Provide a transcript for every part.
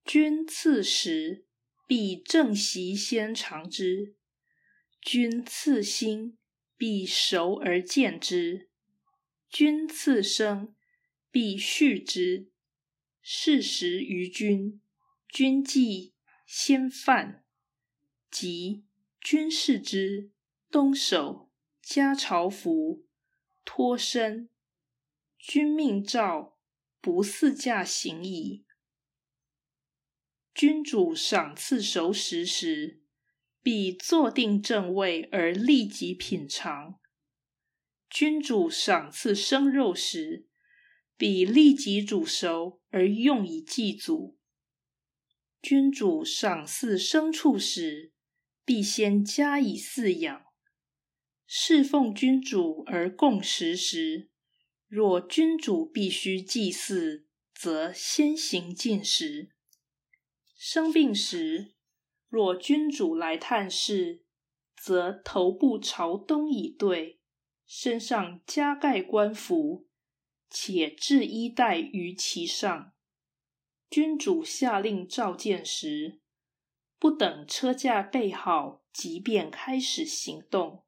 君赐食，必正席先尝之；君赐薪，必熟而见之；君赐生，必畜之。是食于君，君既先犯。即君视之，东守，加朝服，脱身。君命诏，不似驾行矣。君主赏赐熟食时，必坐定正位而立即品尝；君主赏赐生肉时，必立即煮熟而用以祭祖；君主赏赐牲畜时，必先加以饲养。侍奉君主而共食时，若君主必须祭祀，则先行进食。生病时，若君主来探视，则头部朝东以对，身上加盖冠服，且置衣带于其上。君主下令召见时，不等车驾备好，即便开始行动。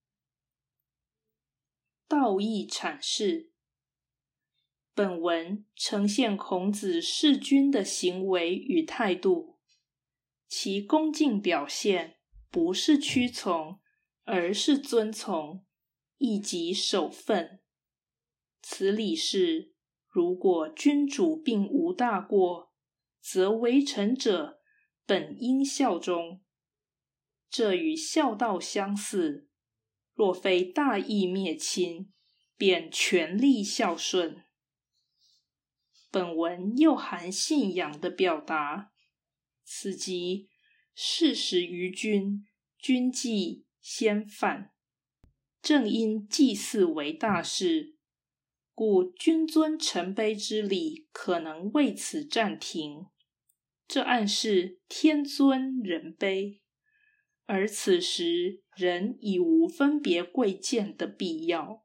道义阐释。本文呈现孔子事君的行为与态度，其恭敬表现不是屈从，而是遵从，亦即守分。此理是，如果君主并无大过，则为臣者本应效忠。这与孝道相似，若非大义灭亲，便全力孝顺。本文又含信仰的表达，此即事实于君，君既先犯。正因祭祀为大事，故君尊臣卑之礼可能为此暂停，这暗示天尊人卑，而此时人已无分别贵贱的必要。